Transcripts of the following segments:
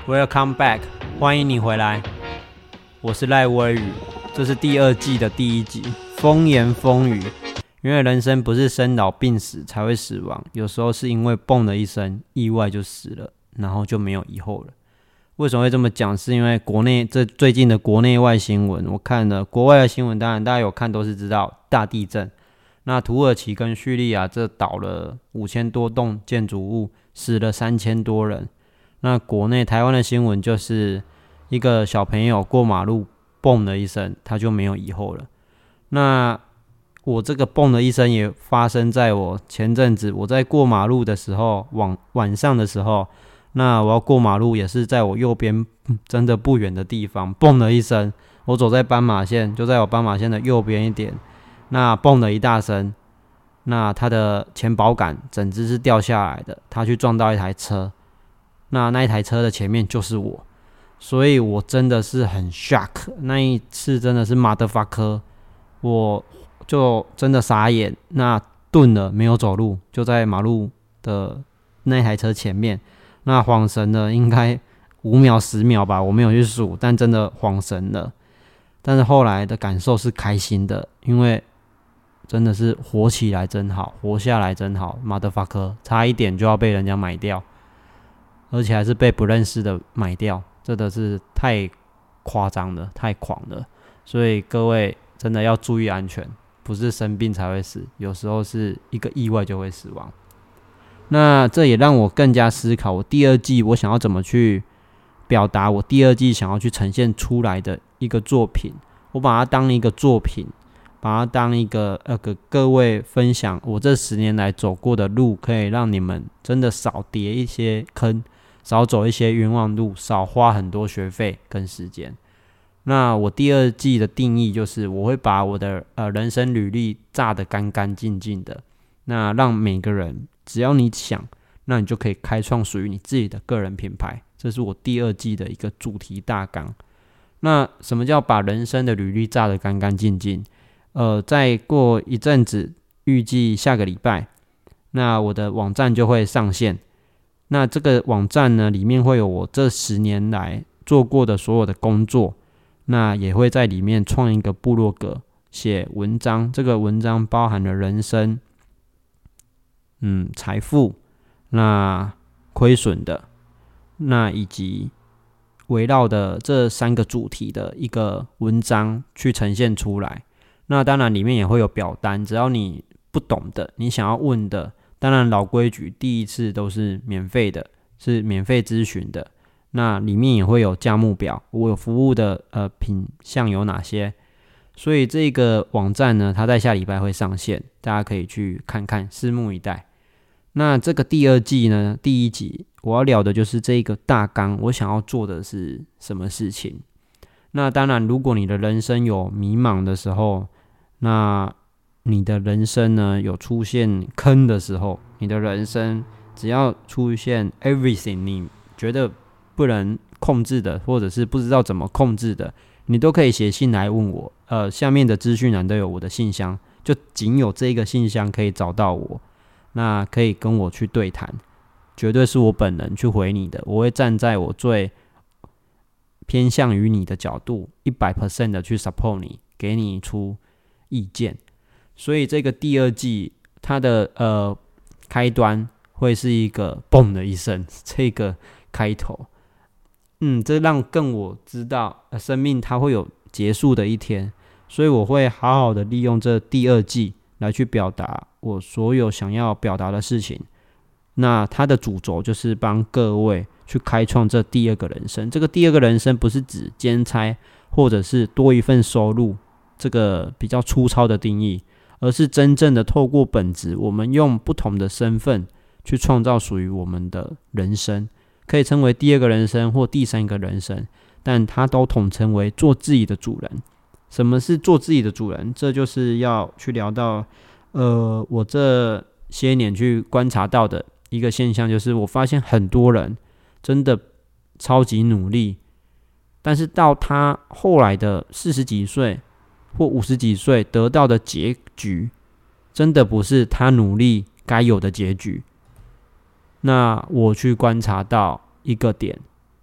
Welcome back， 欢迎你回来，我是赖威宇，这是第2季的第1集，风言风语。因为人生不是生老病死才会死亡，有时候是因为蹦了一声，意外就死了，然后就没有以后了。为什么会这么讲？是因为最近的国内外新闻，我看了国外的新闻，当然大家有看都是知道大地震。那土耳其跟叙利亚这倒了5000多栋建筑物，死了3000多人。那国内台湾的新闻就是一个小朋友过马路蹦了一声，他就没有以后了。那我这个蹦的一声也发生在我前阵子我在过马路的时候，晚上的时候，那我要过马路也是在我右边真的不远的地方蹦了一声，我走在斑马线，就在我斑马线的右边一点，那蹦了一大声，那他的前保杆整只是掉下来的，他去撞到一台车，那一台车的前面就是我，所以我真的是很 shock， 那一次真的是 motherfucker， 我就真的傻眼，那顿了没有走路，就在马路的那台车前面，那晃神了应该5秒10秒吧，我没有去数，但真的晃神了。但是后来的感受是开心的，因为真的是活起来真好，活下来真好 motherfucker， 差一点就要被人家买掉，而且还是被不认识的买掉，真的是太夸张了，太狂了。所以各位真的要注意安全，不是生病才会死，有时候是一个意外就会死亡。那这也让我更加思考，我第2季我想要怎么去表达我第2季想要去呈现出来的一个作品。我把它当一个作品，把它当一个给各位分享我这10年来走过的路，可以让你们真的少跌一些坑，少走一些冤枉路，少花很多学费跟时间。那我第2季的定义就是我会把我的人生履历炸得干干净净的，那让每个人只要你想，那你就可以开创属于你自己的个人品牌，这是我第2季的一个主题大纲。那什么叫把人生的履历炸得干干净净？再过一阵子，预计下个礼拜，那我的网站就会上线。那这个网站呢，里面会有我这10年来做过的所有的工作，那也会在里面创一个部落格，写文章。这个文章包含了人生、财富、那亏损的，那以及围绕的这3个主题的一个文章去呈现出来。那当然里面也会有表单，只要你不懂的，你想要问的，当然老规矩，第一次都是免费的，是免费咨询的。那里面也会有价目表，我有服务的品项有哪些，所以这个网站呢，它在下礼拜会上线，大家可以去看看，拭目以待。那这个第2季呢，第1集我要聊的就是这个大纲，我想要做的是什么事情。那当然如果你的人生有迷茫的时候，那你的人生呢有出现坑的时候，你的人生只要出现 everything 你觉得不能控制的，或者是不知道怎么控制的，你都可以写信来问我。下面的资讯栏都有我的信箱，就仅有这个信箱可以找到我，那可以跟我去对谈，绝对是我本人去回你的，我会站在我最偏向于你的角度 100% 的去 support 你，给你出意见。所以这个第2季它的开端会是一个嘣的一声，这个开头这让我知道生命它会有结束的一天，所以我会好好的利用这第2季来去表达我所有想要表达的事情。那它的主轴就是帮各位去开创这第2个人生。这个第2个人生不是指兼差或者是多一份收入，这个比较粗糙的定义，而是真正的透过本质，我们用不同的身份去创造属于我们的人生，可以称为第2个人生或第3个人生，但它都统称为做自己的主人。什么是做自己的主人？这就是要去聊到我这些年去观察到的一个现象，就是我发现很多人真的超级努力，但是到他后来的40几岁或50几岁得到的结局，真的不是他努力该有的结局。那我去观察到一个点，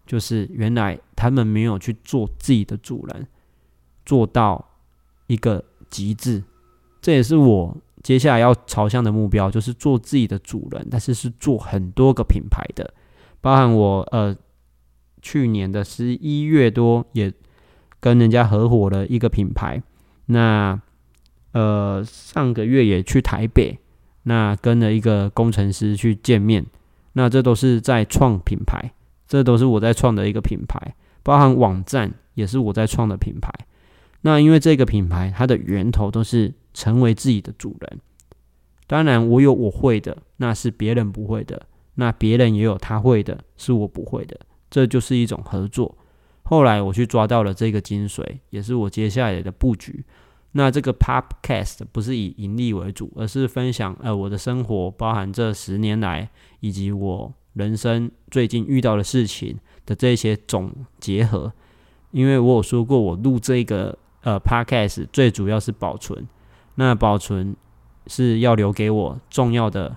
就是原来他们没有去做自己的主人，做到一个极致。这也是我接下来要朝向的目标，就是做自己的主人，但是是做很多个品牌的，包含我去年的11月多也跟人家合伙了一个品牌，那上个月也去台北，那跟了一个工程师去见面，那这都是在创品牌，这都是我在创的一个品牌，包含网站也是我在创的品牌。那因为这个品牌它的源头都是成为自己的主人，当然我有我会的，那是别人不会的，那别人也有他会的，是我不会的，这就是一种合作。后来我去抓到了这个精髓，也是我接下来的布局。那这个 podcast 不是以盈利为主，而是分享我的生活，包含这10年来以及我人生最近遇到的事情的这些总结合。因为我有说过，我录这个podcast 最主要是保存，那保存是要留给我重要的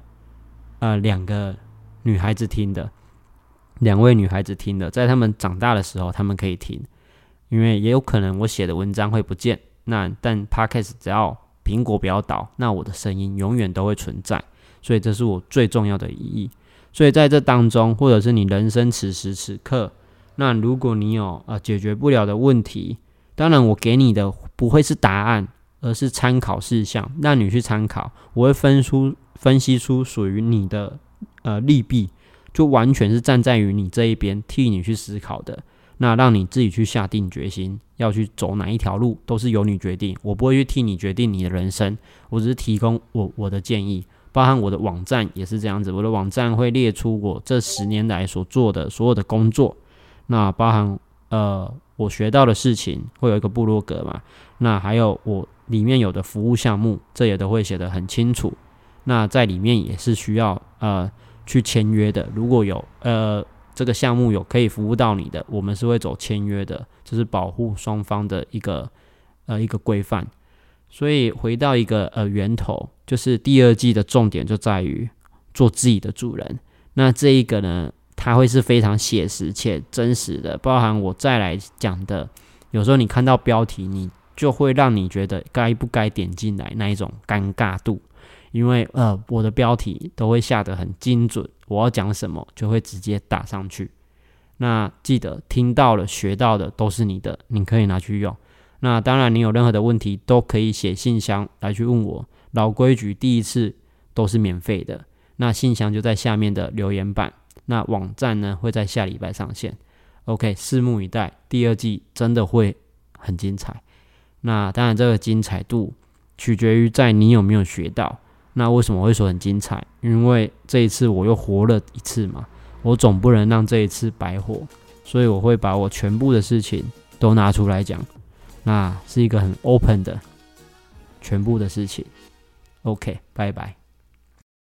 2个女孩子听的，2位女孩子听的，在她们长大的时候她们可以听，因为也有可能我写的文章会不见，但 podcast 只要苹果不要倒，那我的声音永远都会存在，所以这是我最重要的意义。所以在这当中，或者是你人生此时此刻，那如果你有解决不了的问题，当然我给你的不会是答案，而是参考事项，让你去参考。我会分析出属于你的利弊，就完全是站在于你这一边，替你去思考的。那让你自己去下定决心，要去走哪一条路，都是由你决定。我不会去替你决定你的人生，我只是提供我的建议。包含我的网站也是这样子，我的网站会列出我这10年来所做的所有的工作，那包含我学到的事情，会有一个部落格嘛，那还有我里面有的服务项目，这也都会写得很清楚。那在里面也是需要去签约的，如果有这个项目有可以服务到你的，我们是会走签约的，这是保护双方的一个规范。所以回到一个源头，就是第2季的重点就在于做自己的主人。那这一个呢，它会是非常写实且真实的，包含我再来讲的，有时候你看到标题，你就会让你觉得该不该点进来那一种尴尬度，因为我的标题都会下得很精准，我要讲什么就会直接打上去。那记得听到了学到的都是你的，你可以拿去用。那当然你有任何的问题都可以写信箱来去问我，老规矩，第1次都是免费的，那信箱就在下面的留言板，那网站呢会在下礼拜上线。 OK， 拭目以待，第2季真的会很精彩。那当然这个精彩度取决于在你有没有学到。那为什么会说很精彩？因为这一次我又活了一次嘛，我总不能让这一次白活，所以我会把我全部的事情都拿出来讲，那是一个很 open 的全部的事情。OK， 拜拜。